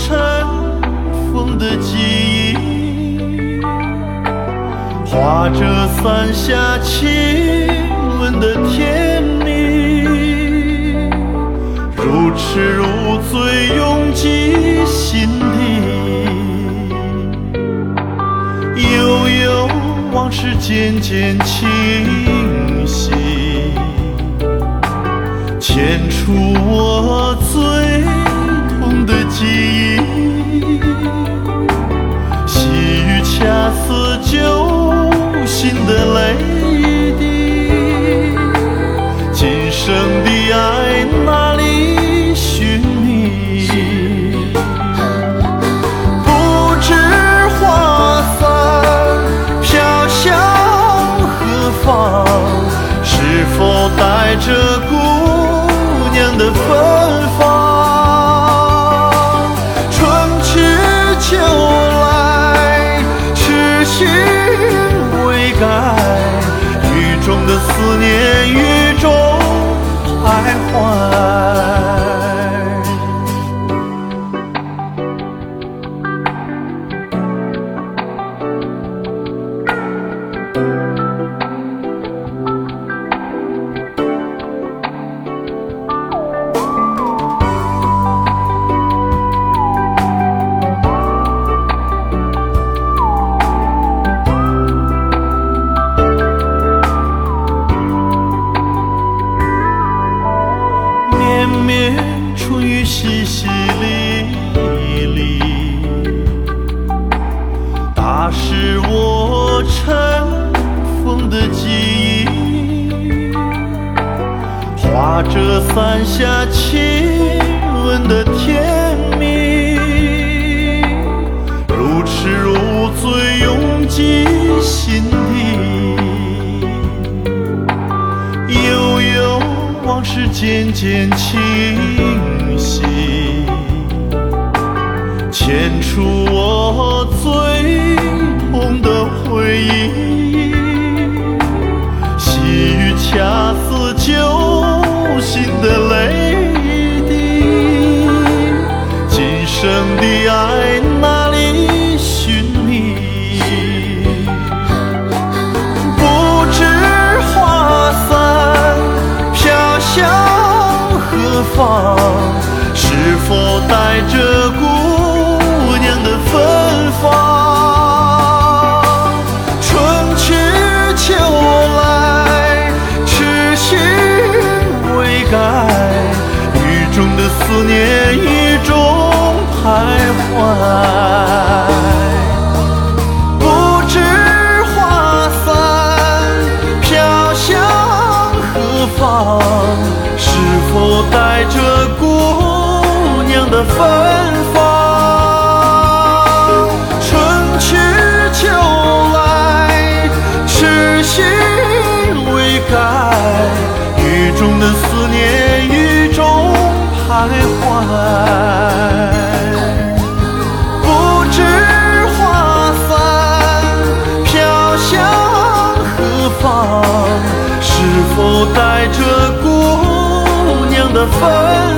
尘封的记忆，画着伞下亲吻的甜蜜，如痴如醉涌进心底，悠悠往事渐渐清晰，牵出我最痛的记忆，细雨恰似揪心的泪滴，今生的爱哪里寻觅？不知花伞飘向何方，是否带着姑娘的芬芳？春去秋来，痴心未改，雨中的思念，雨中徘徊。绵春雨淅淅沥沥，打湿我尘封的记忆，画着伞下亲吻的甜蜜，如痴如醉涌进心底，悠悠往事渐渐清晰，牵出我最痛的回忆，细雨恰似揪心的泪滴，今生的爱哪里寻觅？不知花伞飘向何方，是否带着姑娘的芬芳？春去秋来，痴心未改，雨中的思念，雨中徘徊。不知花伞飘向何方，是否带着姑娘的芬芳？春去秋来，痴心未改，雨中的思念，雨中徘徊。不知花伞飘向何方，是否带着姑娘的芬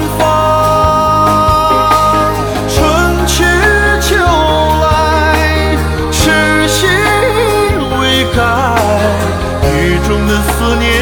芳？春去秋来，痴心未改，雨中的思念，